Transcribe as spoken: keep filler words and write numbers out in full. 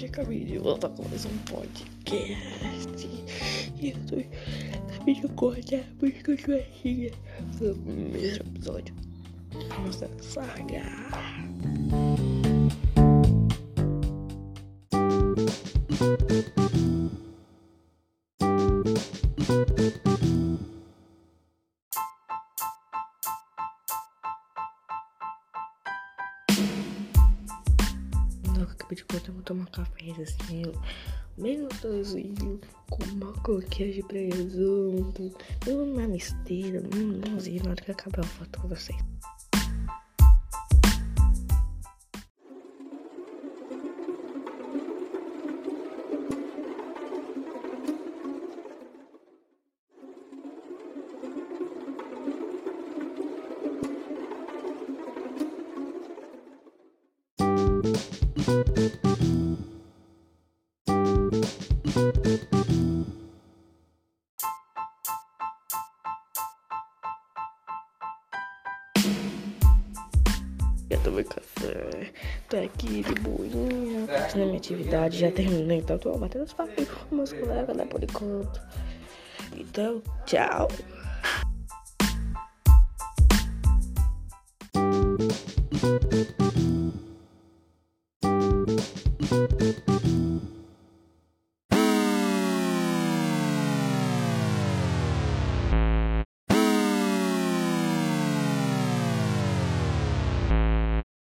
acabei de voltar com mais um podcast. E eu tô acabei de acordar porque eu tô assim no primeiro episódio da nossa saga. Eu acabei de acordar, vou tomar café assim, bem gostosinho, com uma coquinha de presunto, uma misteira, um bonzinho. Na hora que acabar eu foto com vocês. Já tomei café, tô aqui de boinha, fazendo minha atividade, já terminei, então tô batendo os papos com meus colegas, né, por enquanto. Então, tchau!